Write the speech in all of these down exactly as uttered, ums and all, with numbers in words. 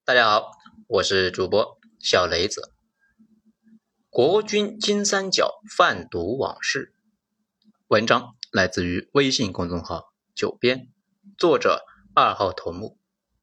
大家好，我是主播小雷子。国军金三角贩毒往事，文章来自于微信公众号九编，作者二号头目。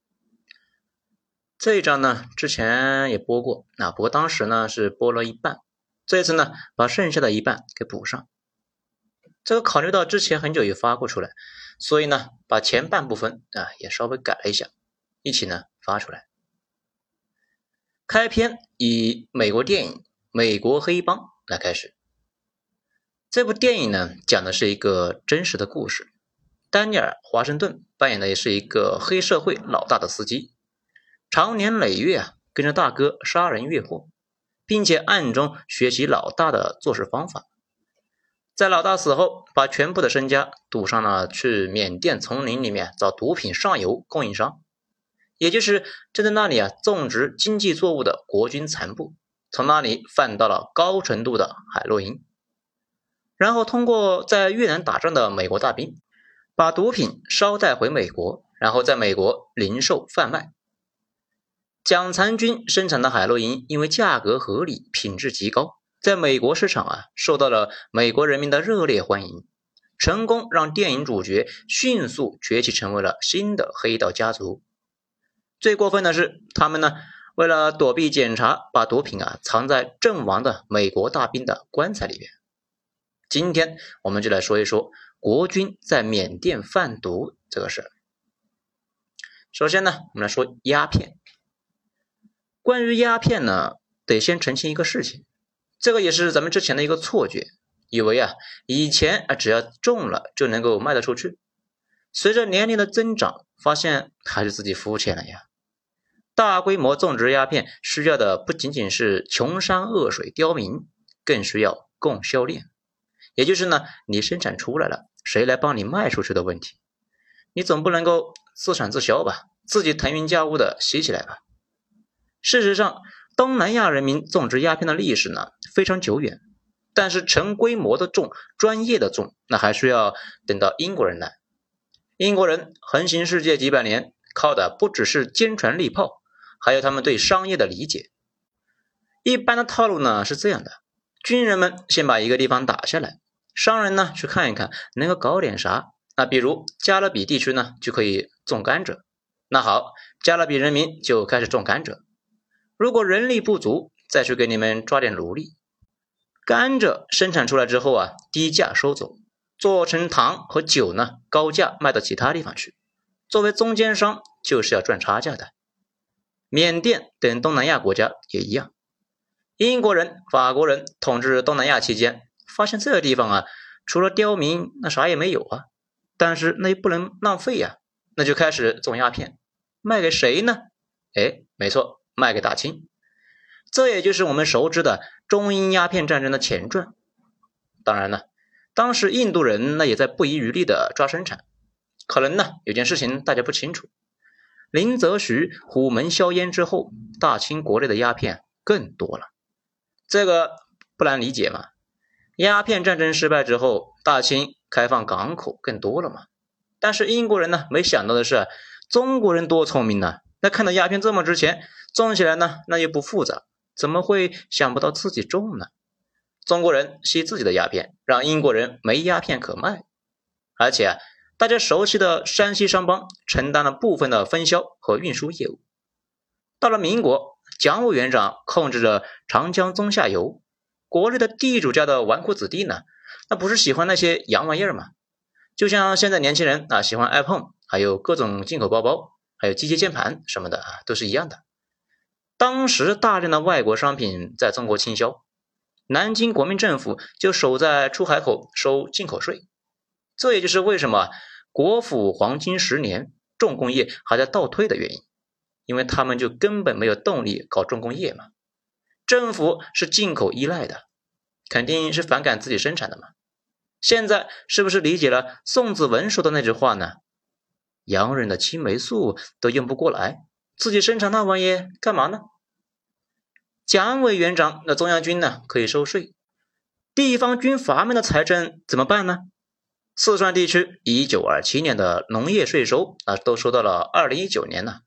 这一章呢，之前也播过，那不过当时呢是播了一半，这次呢把剩下的一半给补上。这个考虑到之前很久也发过出来，所以呢把前半部分啊也稍微改了一下，一起呢发出来。开篇以美国电影《美国黑帮》来开始。这部电影呢，讲的是一个真实的故事。丹尼尔·华盛顿扮演的也是一个黑社会老大的司机，长年累月啊跟着大哥杀人越货，并且暗中学习老大的做事方法。在老大死后，把全部的身家赌上了去缅甸丛林里面找毒品上游供应商。也就是正在那里啊种植经济作物的国军残部，从那里贩到了高纯度的海洛因，然后通过在越南打仗的美国大兵，把毒品捎带回美国，然后在美国零售贩卖。蒋残军生产的海洛因因为价格合理，品质极高，在美国市场啊受到了美国人民的热烈欢迎，成功让电影主角迅速崛起成为了新的黑道家族。最过分的是，他们呢为了躲避检查，把毒品啊藏在阵亡的美国大兵的棺材里面。今天我们就来说一说国军在缅甸贩毒这个事。首先呢，我们来说鸦片。关于鸦片呢，得先澄清一个事情，这个也是咱们之前的一个错觉，以为啊以前啊只要种了就能够卖得出去。随着年龄的增长，发现还是自己肤浅了呀。大规模种植鸦片需要的不仅仅是穷山恶水刁民，更需要供销链，也就是呢你生产出来了，谁来帮你卖出去的问题。你总不能够自产自销吧，自己腾云驾雾的吸起来吧。事实上，东南亚人民种植鸦片的历史呢非常久远，但是成规模的种，专业的种，那还需要等到英国人来。英国人横行世界几百年，靠的不只是坚船利炮，还有他们对商业的理解。一般的套路呢是这样的，军人们先把一个地方打下来，商人呢去看一看能够搞点啥。那比如加勒比地区呢就可以种甘蔗，那好，加勒比人民就开始种甘蔗。如果人力不足，再去给你们抓点奴隶。甘蔗生产出来之后啊，低价收走，做成糖和酒呢，高价卖到其他地方去。作为中间商就是要赚差价的。缅甸等东南亚国家也一样。英国人、法国人统治东南亚期间，发现这个地方啊，除了刁民，那啥也没有啊。但是那也不能浪费呀、啊，那就开始种鸦片，卖给谁呢？哎，没错，卖给大清。这也就是我们熟知的中英鸦片战争的前传。当然了，当时印度人那也在不遗余力的抓生产。可能呢有件事情大家不清楚，林则徐虎门销烟之后，大清国内的鸦片更多了。这个不难理解嘛，鸦片战争失败之后，大清开放港口更多了嘛。但是英国人呢没想到的是，中国人多聪明呢，那看到鸦片这么值钱，种起来呢那又不复杂，怎么会想不到自己种呢？中国人吸自己的鸦片，让英国人没鸦片可卖。而且啊大家熟悉的山西商帮承担了部分的分销和运输业务。到了民国，蒋委员长控制着长江中下游，国内的地主家的纨绔子弟呢，那不是喜欢那些洋玩意儿吗？就像现在年轻人啊喜欢 iPhone， 还有各种进口包包，还有机械键盘什么的啊，都是一样的。当时大量的外国商品在中国倾销，南京国民政府就守在出海口收进口税。这也就是为什么国府黄金十年重工业还在倒退的原因，因为他们就根本没有动力搞重工业嘛。政府是进口依赖的，肯定是反感自己生产的嘛。现在是不是理解了宋子文说的那句话呢？洋人的青霉素都用不过来，自己生产那玩意干嘛呢？蒋委员长的中央军呢可以收税，地方军阀们的财政怎么办呢？四川地区一九二七年的农业税收啊，都收到了二零一九年了。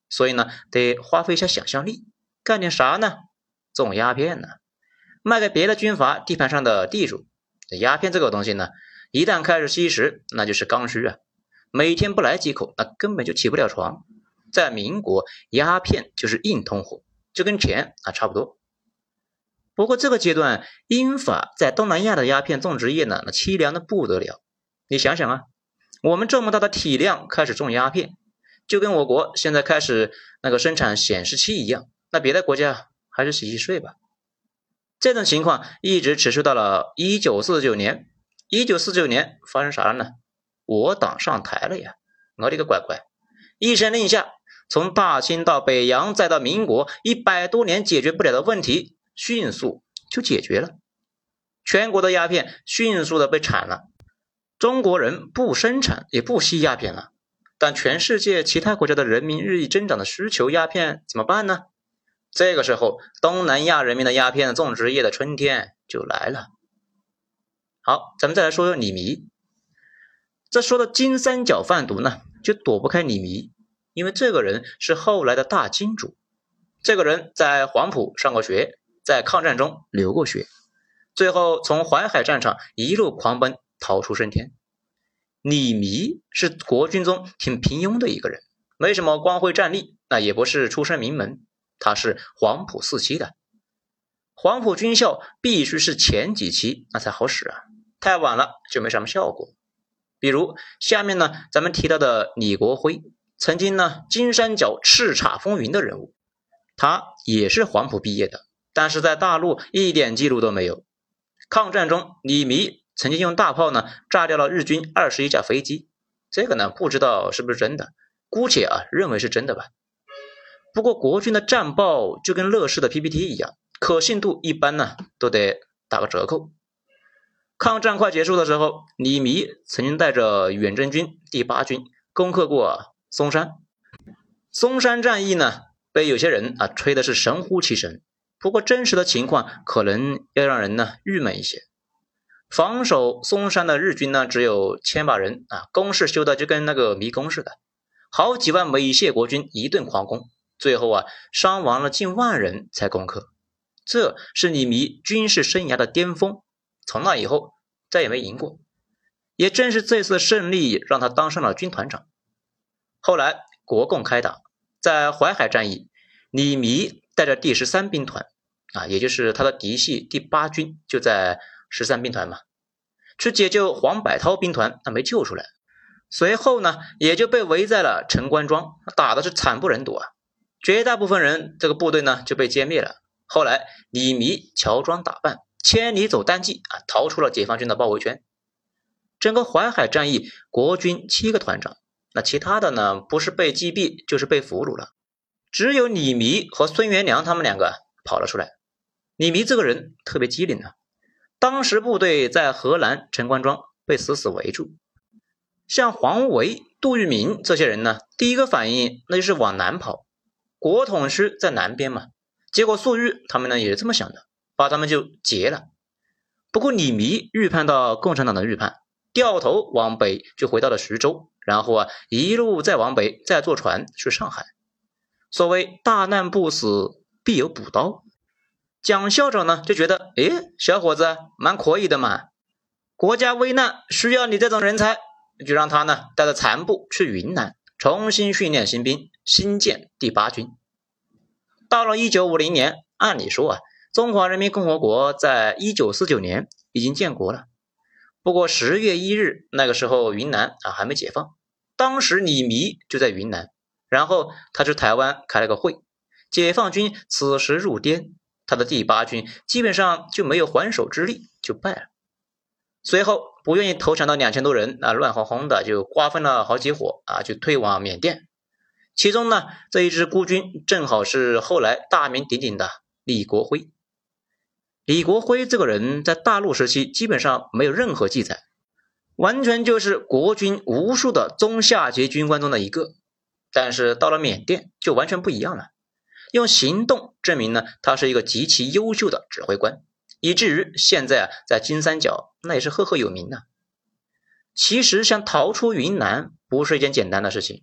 所以呢，得花费一下想象力，干点啥呢？种鸦片呢，卖给别的军阀地盘上的地主。鸦片这个东西呢，一旦开始吸食，那就是刚需啊，每天不来几口，那根本就起不了床。在民国，鸦片就是硬通货，就跟钱啊差不多。不过这个阶段，英法在东南亚的鸦片种植业呢，那凄凉的不得了。你想想啊，我们这么大的体量开始种鸦片，就跟我国现在开始那个生产显示器一样，那别的国家还是洗洗睡吧。这种情况一直持续到了一九四九年。一九四九年发生啥了呢？我党上台了呀！我的个乖乖，一声令下，从大清到北洋再到民国，一百多年解决不了的问题迅速就解决了。全国的鸦片迅速的被铲了，中国人不生产也不吸鸦片了，但全世界其他国家的人民日益增长的需求鸦片怎么办呢？这个时候，东南亚人民的鸦片种植业的春天就来了。好，咱们再来说说李弥。这说到金三角贩毒呢，就躲不开李弥，因为这个人是后来的大金主。这个人在黄埔上过学，在抗战中留过学，最后从淮海战场一路狂奔逃出升天。李弥是国军中挺平庸的一个人，没什么光辉战力，那也不是出身名门，他是黄埔四期的。黄埔军校必须是前几期那才好使啊，太晚了就没什么效果。比如下面呢，咱们提到的李国辉，曾经呢金三角叱咤风云的人物，他也是黄埔毕业的，但是在大陆一点记录都没有。抗战中，李弥曾经用大炮呢炸掉了日军二十一架飞机，这个呢不知道是不是真的，姑且啊认为是真的吧。不过国军的战报就跟乐视的 P P T 一样，可信度一般呢都得打个折扣。抗战快结束的时候，李弥曾经带着远征军第八军攻克过松山。松山战役呢被有些人啊吹的是神乎其神，不过真实的情况可能要让人呢郁闷一些。防守松山的日军呢只有千把人啊，工事修的就跟那个迷宫似的，好几万美械国军一顿狂攻，最后啊伤亡了近万人才攻克。这是李弥军事生涯的巅峰，从那以后再也没赢过。也正是这次胜利让他当上了军团长。后来国共开打，在淮海战役，李弥带着第十三兵团啊，也就是他的嫡系第八军，就在十三兵团嘛，去解救黄百韬兵团，那没救出来。随后呢，也就被围在了陈官庄，打的是惨不忍睹啊。绝大部分人这个部队呢就被歼灭了。后来李弥乔装打扮，千里走单骑啊，逃出了解放军的包围圈。整个淮海战役，国军七个团长，那其他的呢，不是被击毙就是被俘虏了。只有李弥和孙元良他们两个跑了出来。李弥这个人特别机灵啊，当时部队在河南陈官庄被死死围住，像黄维、杜聿明这些人呢，第一个反应那就是往南跑，国统区在南边嘛。结果粟裕他们呢也是这么想的，把他们就劫了。不过李弥预判到共产党的预判，掉头往北就回到了徐州，然后啊一路再往北，再坐船去上海。所谓大难不死，必有补刀。蒋校长呢就觉得，诶，小伙子蛮可以的嘛，国家危难需要你这种人才，就让他呢带着残部去云南重新训练新兵，新建第八军。到了一九五零年，按理说啊，中华人民共和国在一九四九年已经建国了。不过十月一日那个时候云南啊还没解放，当时李弥就在云南，然后他去台湾开了个会，解放军此时入滇，他的第八军基本上就没有还手之力，就败了。随后不愿意投降的两千多人啊，乱哄哄的就瓜分了好几伙啊，就退往缅甸。其中呢，这一支孤军正好是后来大名鼎鼎的李国辉。李国辉这个人在大陆时期基本上没有任何记载，完全就是国军无数的中下级军官中的一个。但是到了缅甸就完全不一样了，用行动证明呢，他是一个极其优秀的指挥官，以至于现在啊，在金三角那也是赫赫有名的。其实想逃出云南不是一件简单的事情，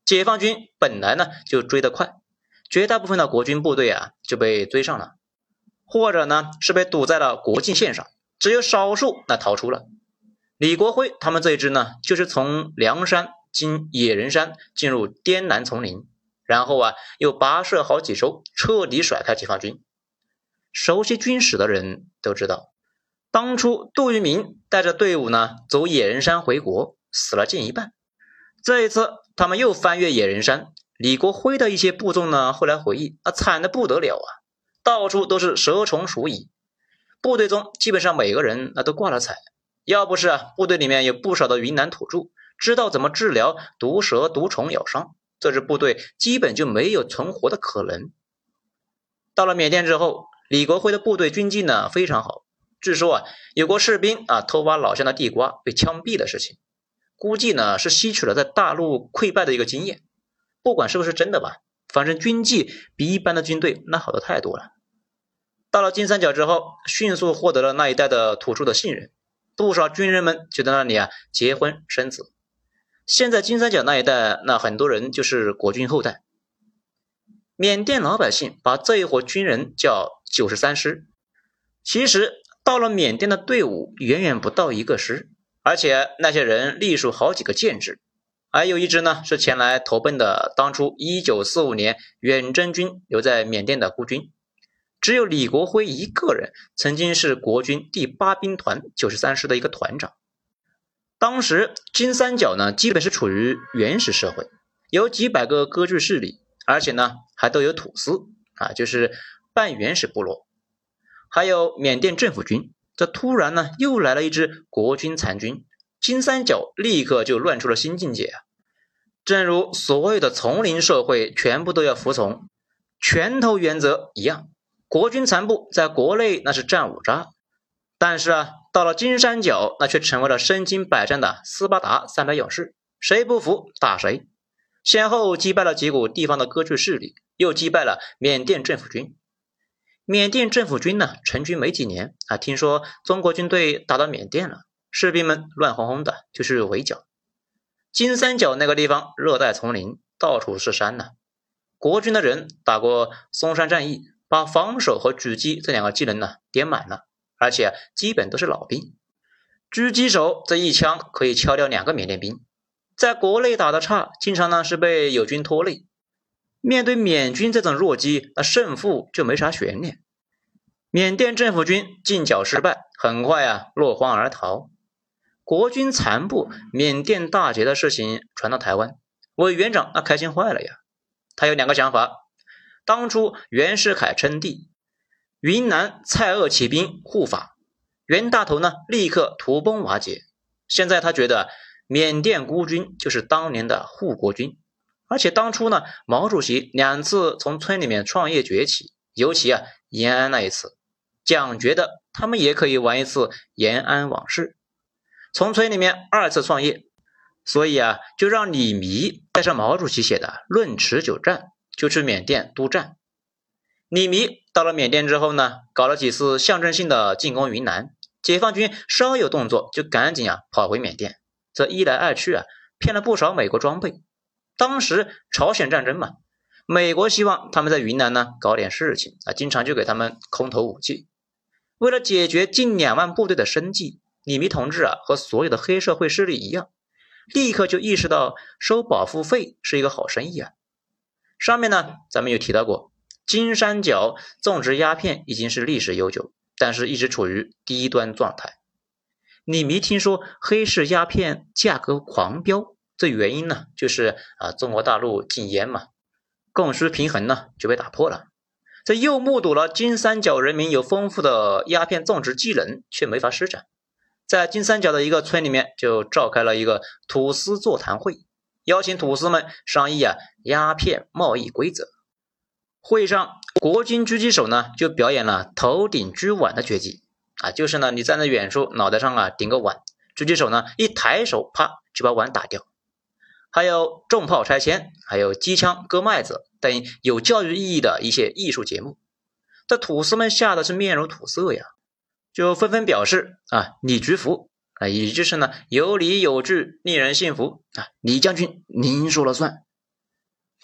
解放军本来呢就追得快，绝大部分的国军部队啊就被追上了，或者呢是被堵在了国境线上，只有少数那逃出了。李国辉他们这一支呢，就是从梁山经野人山进入滇南丛林，然后啊又跋涉好几周，彻底甩开解放军。熟悉军史的人都知道，当初杜聿明带着队伍呢走野人山回国，死了近一半。这一次他们又翻越野人山，李国辉的一些部众呢后来回忆，啊惨得不得了啊，到处都是蛇虫鼠蚁，部队中基本上每个人那都挂了彩。要不是啊部队里面有不少的云南土著知道怎么治疗毒蛇毒虫咬伤，这支部队基本就没有存活的可能。到了缅甸之后，李国辉的部队军纪呢非常好，据说啊有过士兵啊偷挖老乡的地瓜被枪毙的事情，估计呢是吸取了在大陆溃败的一个经验，不管是不是真的吧，反正军纪比一般的军队那好的太多了。到了金三角之后，迅速获得了那一带的土著的信任，不少军人们就在那里啊结婚生子。现在金三角那一带，那很多人就是国军后代。缅甸老百姓把这一伙军人叫九十三师，其实到了缅甸的队伍远远不到一个师，而且那些人隶属好几个建制，还有一支呢是前来投奔的当初一九四五年远征军留在缅甸的孤军。只有李国辉一个人曾经是国军第八兵团九十三师的一个团长。当时金三角呢基本是处于原始社会，有几百个割据势力，而且呢还都有土司啊，就是半原始部落。还有缅甸政府军，这突然呢又来了一支国军残军，金三角立刻就乱出了新境界啊！正如所有的丛林社会全部都要服从拳头原则一样，国军残部在国内那是战五渣，但是啊到了金三角那却成为了身经百战的斯巴达三百勇士，谁不服打谁，先后击败了几股地方的割据势力，又击败了缅甸政府军。缅甸政府军呢成军没几年啊，听说中国军队打到缅甸了，士兵们乱哄哄的就是围剿。金三角那个地方热带丛林，到处是山呢，国军的人打过松山战役，把防守和狙击这两个技能呢点满了，而且基本都是老兵。狙击手这一枪可以敲掉两个缅甸兵，在国内打得差，经常呢是被友军拖累。面对缅军这种弱鸡，那胜负就没啥悬念。缅甸政府军进剿失败，很快啊落荒而逃。国军残部缅甸大捷的事情传到台湾，委员长那开心坏了呀。他有两个想法，当初袁世凯称帝，云南蔡锷起兵护法，袁大头呢立刻土崩瓦解。现在他觉得缅甸孤军就是当年的护国军，而且当初呢毛主席两次从村里面创业崛起，尤其啊延安那一次，蒋觉得他们也可以玩一次延安往事，从村里面二次创业。所以啊就让李弥带上毛主席写的《论持久战》，就去缅甸督战。李弥到了缅甸之后呢，搞了几次象征性的进攻云南，解放军稍有动作就赶紧啊跑回缅甸，这一来二去啊骗了不少美国装备。当时朝鲜战争嘛，美国希望他们在云南呢搞点事情啊，经常就给他们空投武器。为了解决近两万部队的生计，李弥同志啊和所有的黑社会势力一样，立刻就意识到收保护费是一个好生意啊。上面呢咱们有提到过，金三角种植鸦片已经是历史悠久，但是一直处于低端状态。李弥听说黑市鸦片价格狂飙，这原因呢就是啊中国大陆禁烟嘛，供需平衡呢就被打破了。这又目睹了金三角人民有丰富的鸦片种植技能，却没法施展。在金三角的一个村里面就召开了一个土司座谈会，邀请土司们商议啊鸦片贸易规则。会上国军狙击手呢就表演了头顶狙碗的绝技啊，就是呢你站在远处脑袋上啊顶个碗，狙击手呢一抬手啪就把碗打掉。还有重炮拆迁，还有机枪割麦子等有教育意义的一些艺术节目。这土司们吓得是面如土色呀，就纷纷表示啊李局服啊，也就是呢有理有据令人信服啊，李将军您说了算。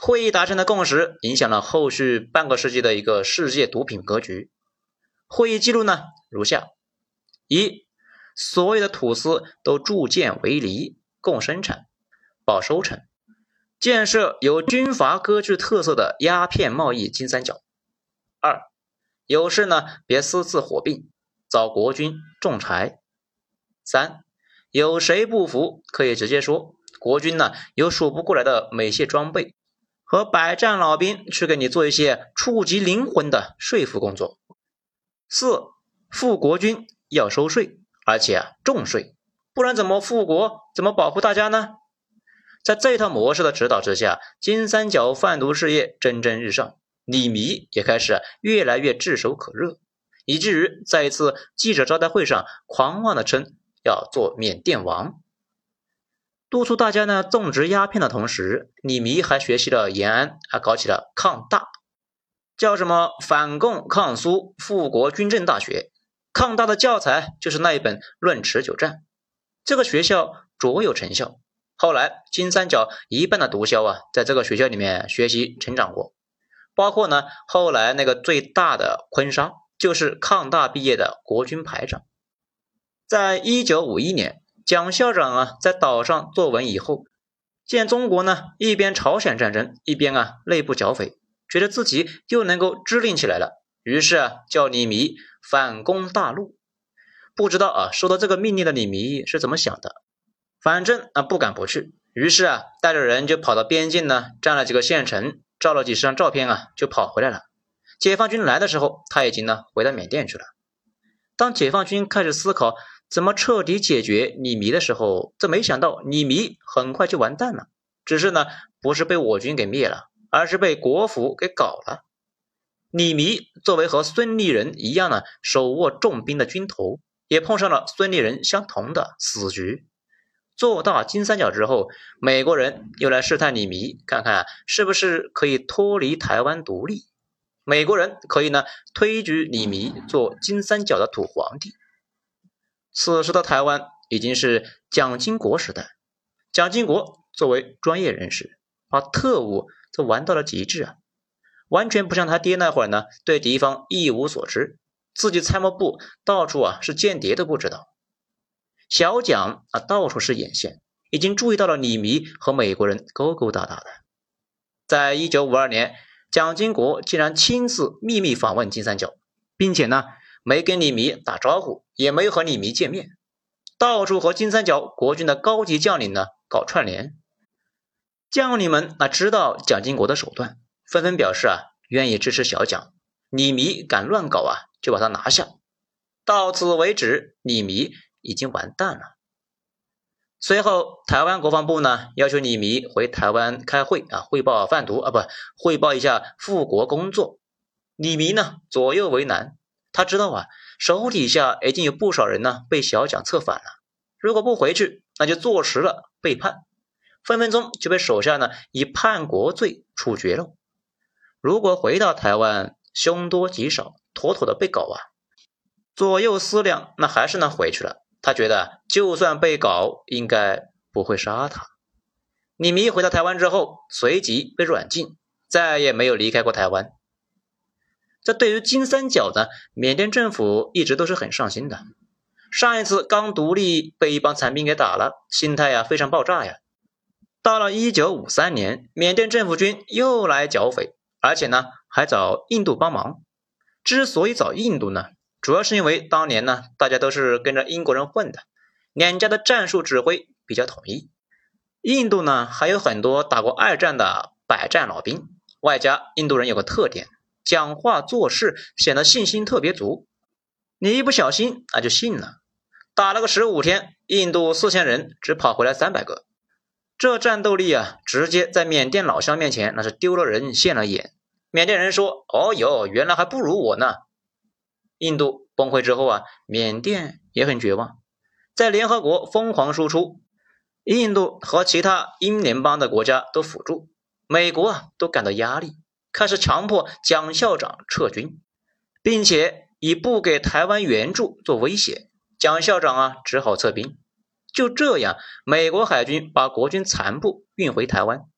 会议达成的共识影响了后续半个世纪的一个世界毒品格局。会议记录呢如下：一、所有的土司都铸剑为犁，共生产，保收成，建设有军阀割据特色的鸦片贸易金三角。二、有事呢别私自火并，找国军仲裁。三、有谁不服可以直接说，国军呢有数不过来的美械装备和百战老兵去给你做一些触及灵魂的说服工作。四、富国军要收税，而且啊重税，不然怎么富国，怎么保护大家呢？在这套模式的指导之下，金三角贩毒事业蒸蒸日上，李弥也开始越来越炙手可热，以至于在一次记者招待会上狂妄地称要做缅甸王。督促大家呢种植鸦片的同时，李弥还学习了延安，还搞起了抗大，叫什么反共抗苏富国军政大学。抗大的教材就是那一本《论持久战》，这个学校卓有成效。后来金三角一半的毒枭啊，在这个学校里面学习成长过，包括呢后来那个最大的坤沙，就是抗大毕业的国军排长。在一九五一年，蒋校长啊在岛上坐稳以后，见中国呢一边朝鲜战争，一边啊内部剿匪，觉得自己又能够支令起来了，于是啊叫李弥反攻大陆。不知道啊收到这个命令的李弥是怎么想的，反正啊不敢不去，于是啊带着人就跑到边境呢，占了几个县城，照了几十张照片啊就跑回来了。解放军来的时候，他已经呢回到缅甸去了。当解放军开始思考怎么彻底解决李弥的时候，这没想到李弥很快就完蛋了，只是呢不是被我军给灭了，而是被国府给搞了。李弥作为和孙立人一样呢手握重兵的军头，也碰上了孙立人相同的死局。做大金三角之后，美国人又来试探李弥，看看是不是可以脱离台湾独立。美国人可以呢推举李弥做金三角的土皇帝。此时的台湾已经是蒋经国时代，蒋经国作为专业人士，把特务这玩到了极致啊，完全不像他爹那会儿呢对敌方一无所知，自己参谋部到处啊是间谍都不知道。小蒋啊到处是眼线，已经注意到了李弥和美国人勾勾搭搭的。在一九五二年，蒋经国竟然亲自秘密访问金三角，并且呢没跟李弥打招呼，也没有和李弥见面，到处和金三角国军的高级将领呢搞串联。将领们啊知道蒋经国的手段，纷纷表示啊愿意支持小蒋，李弥敢乱搞啊就把他拿下。到此为止，李弥已经完蛋了。随后台湾国防部呢要求李弥回台湾开会啊，汇报贩毒啊不汇报一下复国工作。李弥呢左右为难，他知道啊手底下已经有不少人呢被小蒋策反了，如果不回去那就坐实了背叛，分分钟就被手下呢以叛国罪处决了。如果回到台湾，凶多吉少，妥妥的被搞啊。左右思量，那还是呢回去了。他觉得就算被搞，应该不会杀他。李弥回到台湾之后，随即被软禁，再也没有离开过台湾。这对于金三角呢，缅甸政府一直都是很上心的。上一次刚独立被一帮残兵给打了，心态呀非常爆炸呀。到了一九五三年，缅甸政府军又来剿匪，而且呢还找印度帮忙。之所以找印度呢，主要是因为当年呢大家都是跟着英国人混的，两家的战术指挥比较统一。印度呢还有很多打过二战的百战老兵，外加印度人有个特点，讲话做事显得信心特别足，你一不小心那就信了。打了个十五天，印度四千人只跑回来三百个，这战斗力啊，直接在缅甸老乡面前那是丢了人现了眼。缅甸人说：“哦哟，原来还不如我呢。”印度崩溃之后啊，缅甸也很绝望，在联合国疯狂输出，印度和其他英联邦的国家都辅助，美国啊都感到压力，开始强迫蒋校长撤军，并且以不给台湾援助做威胁，蒋校长啊只好撤兵。就这样，美国海军把国军残部运回台湾。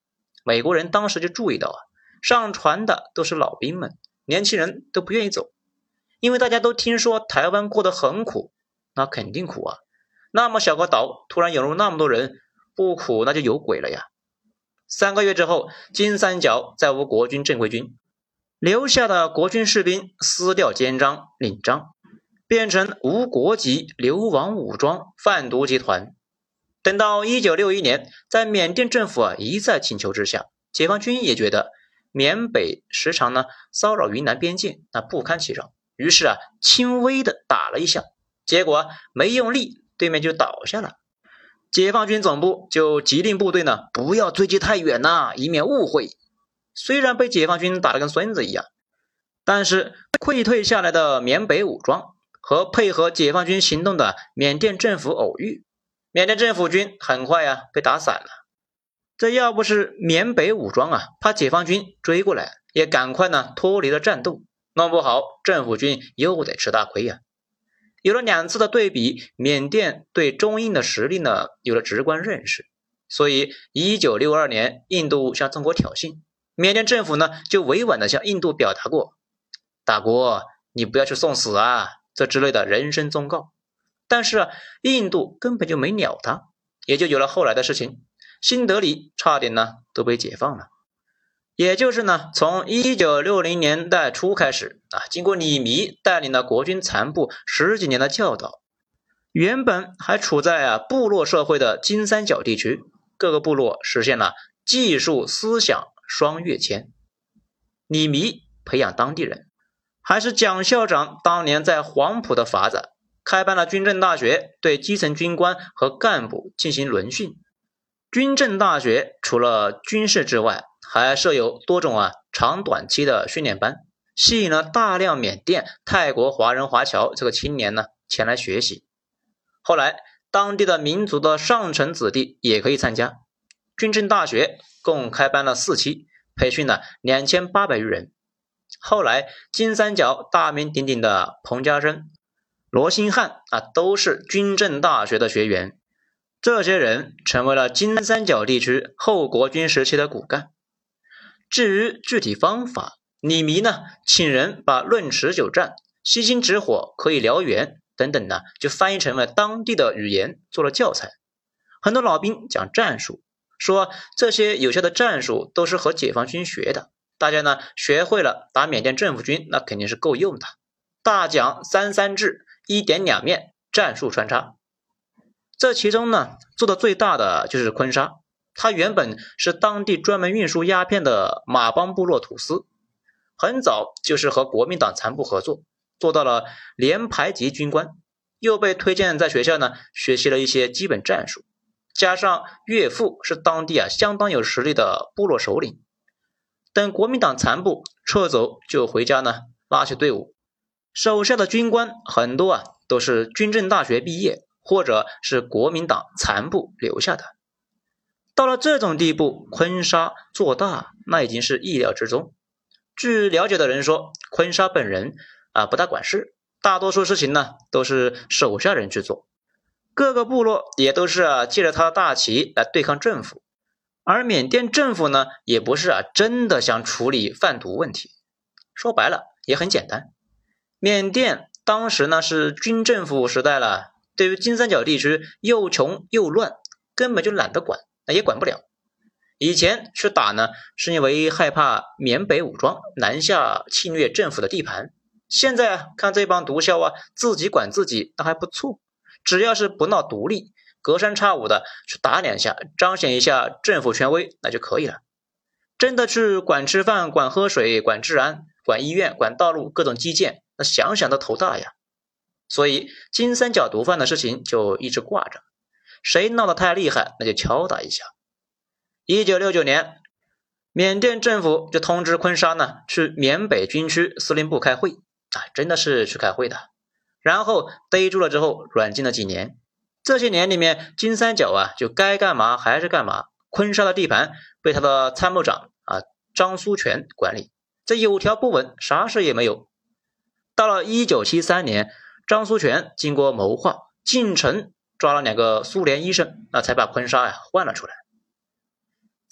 美国人当时就注意到啊，上船的都是老兵们，年轻人都不愿意走，因为大家都听说台湾过得很苦，那肯定苦啊，那么小个岛突然涌入那么多人，不苦那就有鬼了呀。三个月之后，金三角再无国军正规军，留下的国军士兵撕掉肩章领章，变成无国籍流亡武装贩毒集团。等到一九六一年，在缅甸政府啊一再请求之下，解放军也觉得缅北时常呢骚扰云南边境，那不堪其扰，于是啊轻微的打了一下，结果、啊、没用力，对面就倒下了。解放军总部就急令部队呢不要追击太远呐、啊，以免误会。虽然被解放军打得跟孙子一样，但是溃退下来的缅北武装和配合解放军行动的缅甸政府偶遇，缅甸政府军很快啊被打散了。这要不是缅北武装啊怕解放军追过来，也赶快呢脱离了战斗，弄不好政府军又得吃大亏啊。有了两次的对比，缅甸对中印的实力呢有了直观认识，所以一九六二年印度向中国挑衅，缅甸政府呢就委婉的向印度表达过，大国你不要去送死啊，这之类的人生忠告。但是啊，印度根本就没鸟他，也就有了后来的事情，新德里差点呢都被解放了。也就是呢，从一九六零年代初开始啊，经过李弥带领了国军残部十几年的教导，原本还处在啊部落社会的金三角地区，各个部落实现了技术思想双跃迁。李弥培养当地人，还是蒋校长当年在黄埔的法子，开办了军政大学，对基层军官和干部进行轮训。军政大学除了军事之外，还设有多种啊长短期的训练班，吸引了大量缅甸、泰国华人华侨这个青年呢前来学习。后来当地的民族的上层子弟也可以参加。军政大学共开办了四期，培训了两千八百余人。后来金三角大名鼎鼎的彭家声、罗兴汉啊都是军政大学的学员。这些人成为了金三角地区后国军时期的骨干。至于具体方法，李弥呢请人把论持久战、悉心止火、可以燎原等等呢就翻译成了当地的语言，做了教材。很多老兵讲战术，说这些有效的战术都是和解放军学的，大家呢学会了打缅甸政府军那肯定是够用的。大讲三三制，一点两面，战术穿插。这其中呢做的最大的就是坤沙，他原本是当地专门运输鸦片的马帮部落土司，很早就是和国民党残部合作，做到了连排级军官，又被推荐在学校呢学习了一些基本战术，加上岳父是当地啊相当有实力的部落首领。等国民党残部撤走，就回家呢拉起队伍，手下的军官很多啊都是军政大学毕业，或者是国民党残部留下的。到了这种地步，坤沙做大那已经是意料之中。据了解的人说，坤沙本人啊不大管事，大多数事情呢都是手下人去做，各个部落也都是啊借着他的大旗来对抗政府。而缅甸政府呢也不是啊真的想处理贩毒问题，说白了也很简单，缅甸当时呢是军政府时代了，对于金三角地区又穷又乱，根本就懒得管，也管不了。以前去打呢是因为害怕缅北武装南下侵略政府的地盘，现在啊看这帮毒枭啊自己管自己，那还不错，只要是不闹独立，隔三差五的去打两下，彰显一下政府权威，那就可以了。真的去管吃饭、管喝水、管治安、管医院、管道路，各种基建，那想想都头大呀。所以金三角毒贩的事情就一直挂着，谁闹得太厉害，那就敲打一下。一九六九年，缅甸政府就通知坤沙呢去缅北军区司令部开会啊，真的是去开会的。然后逮住了之后软禁了几年。这些年里面，金三角啊就该干嘛还是干嘛，坤沙的地盘被他的参谋长啊张苏全管理，这有条不紊，啥事也没有。到了一九七三年，张苏全经过谋划，进城抓了两个苏联医生，那才把坤沙呀换了出来。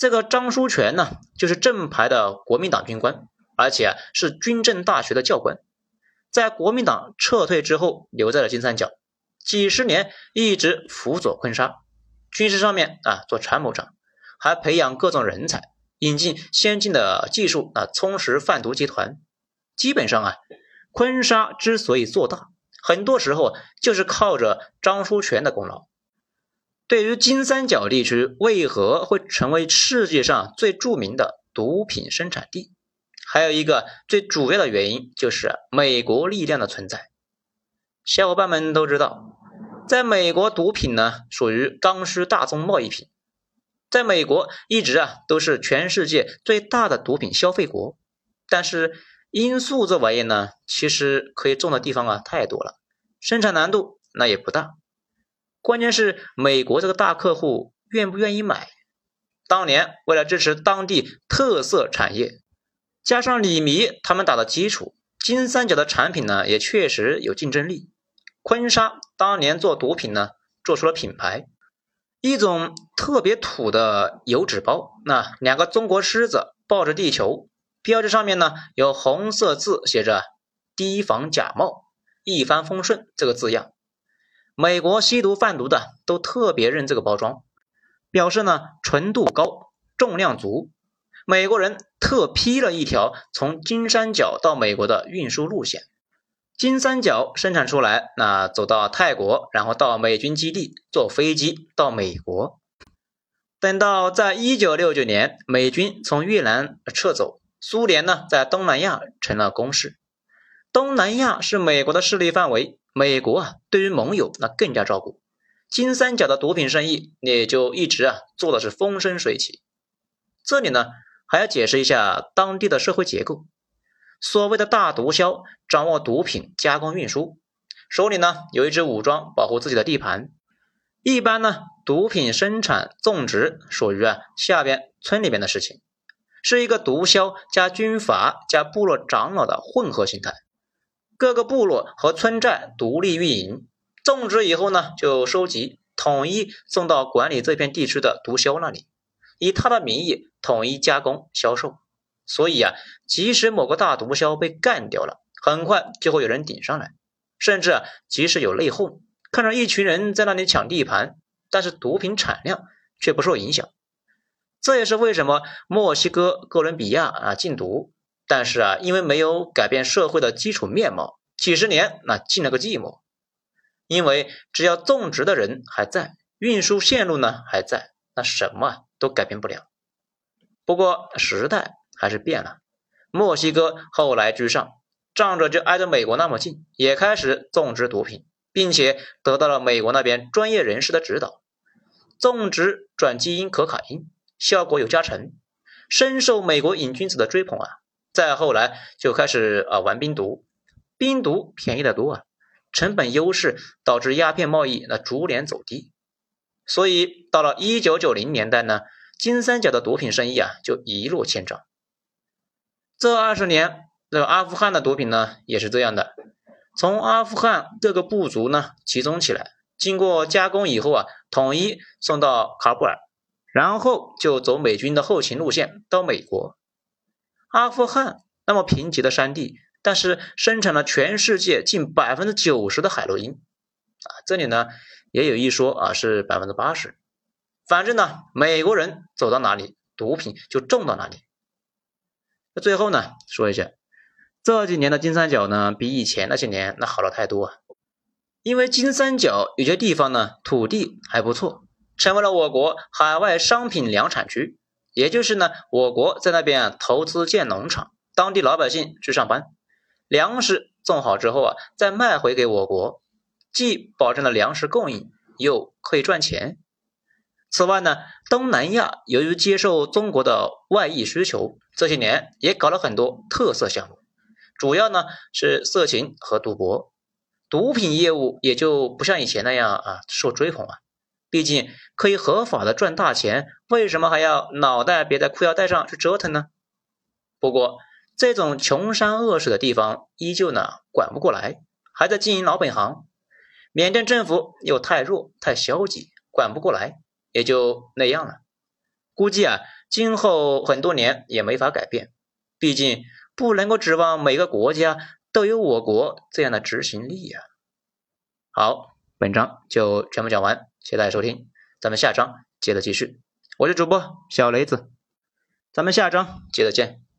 这个张书全呢，就是正牌的国民党军官，而且啊是军政大学的教官，在国民党撤退之后留在了金三角，几十年一直辅佐坤沙，军事上面啊做参谋长，还培养各种人才，引进先进的技术啊，充实贩毒集团。基本上啊，坤沙之所以做大，很多时候就是靠着张书全的功劳。对于金三角地区为何会成为世界上最著名的毒品生产地，还有一个最主要的原因就是美国力量的存在。小伙伴们都知道，在美国毒品呢属于刚需大宗贸易品，在美国一直啊都是全世界最大的毒品消费国。但是罂粟这玩意呢，其实可以种的地方啊太多了，生产难度那也不大。关键是美国这个大客户愿不愿意买。当年为了支持当地特色产业，加上李迷他们打的基础，金三角的产品呢也确实有竞争力。坤沙当年做毒品呢做出了品牌，一种特别土的油纸包，那两个中国狮子抱着地球，标志上面呢有红色字写着提防假冒一帆风顺这个字样。美国吸毒贩毒的都特别认这个包装，表示呢纯度高，重量足。美国人特批了一条从金三角到美国的运输路线，金三角生产出来，那走到泰国，然后到美军基地，坐飞机到美国。等到在一九六九年美军从越南撤走，苏联呢在东南亚成了攻势。东南亚是美国的势力范围，美国啊对于盟友那更加照顾，金三角的毒品生意也就一直啊做的是风生水起。这里呢还要解释一下当地的社会结构。所谓的大毒枭掌握毒品加工运输，手里呢有一支武装保护自己的地盘。一般呢毒品生产种植属于啊下边村里边的事情，是一个毒枭加军阀加部落长老的混合形态。各个部落和村寨独立运营，种植以后呢就收集统一送到管理这片地区的毒枭那里，以他的名义统一加工销售。所以啊，即使某个大毒枭被干掉了，很快就会有人顶上来。甚至啊，即使有内讧，看着一群人在那里抢地盘，但是毒品产量却不受影响。这也是为什么墨西哥、哥伦比亚啊禁毒，但是啊，因为没有改变社会的基础面貌，几十年那禁了个寂寞。因为只要种植的人还在，运输线路呢还在，那什么都改变不了。不过时代还是变了，墨西哥后来居上，仗着就挨着美国那么近，也开始种植毒品，并且得到了美国那边专业人士的指导，种植转基因可卡因，效果有加成，深受美国瘾君子的追捧啊。再后来就开始啊玩冰毒，冰毒便宜得多啊，成本优势导致鸦片贸易那逐年走低。所以到了一九九零年代呢，金三角的毒品生意啊就一落千丈。这二十年，这个阿富汗的毒品呢也是这样的，从阿富汗各个部族呢集中起来，经过加工以后啊，统一送到喀布尔，然后就走美军的后勤路线到美国。阿富汗那么贫瘠的山地，但是生产了全世界近 百分之九十 的海洛因啊，这里呢也有一说啊是 百分之八十。 反正呢美国人走到哪里，毒品就种到哪里。那最后呢说一下，这几年的金三角呢比以前那些年那好了太多啊。因为金三角有些地方呢土地还不错，成为了我国海外商品粮产区，也就是呢我国在那边、啊、投资建农场，当地老百姓去上班，粮食种好之后啊再卖回给我国，既保证了粮食供应，又可以赚钱。此外呢，东南亚由于接受中国的外溢需求，这些年也搞了很多特色项目，主要呢是色情和赌博，毒品业务也就不像以前那样啊受追捧啊，毕竟可以合法的赚大钱，为什么还要脑袋别在裤腰带上去折腾呢？不过这种穷山恶水的地方依旧呢管不过来，还在经营老本行，缅甸政府又太弱太消极，管不过来，也就那样了。估计啊今后很多年也没法改变，毕竟不能够指望每个国家都有我国这样的执行力呀。好，本章就全部讲完，谢谢大家收听，咱们下章接着继续。我是主播小雷子，咱们下章接着见。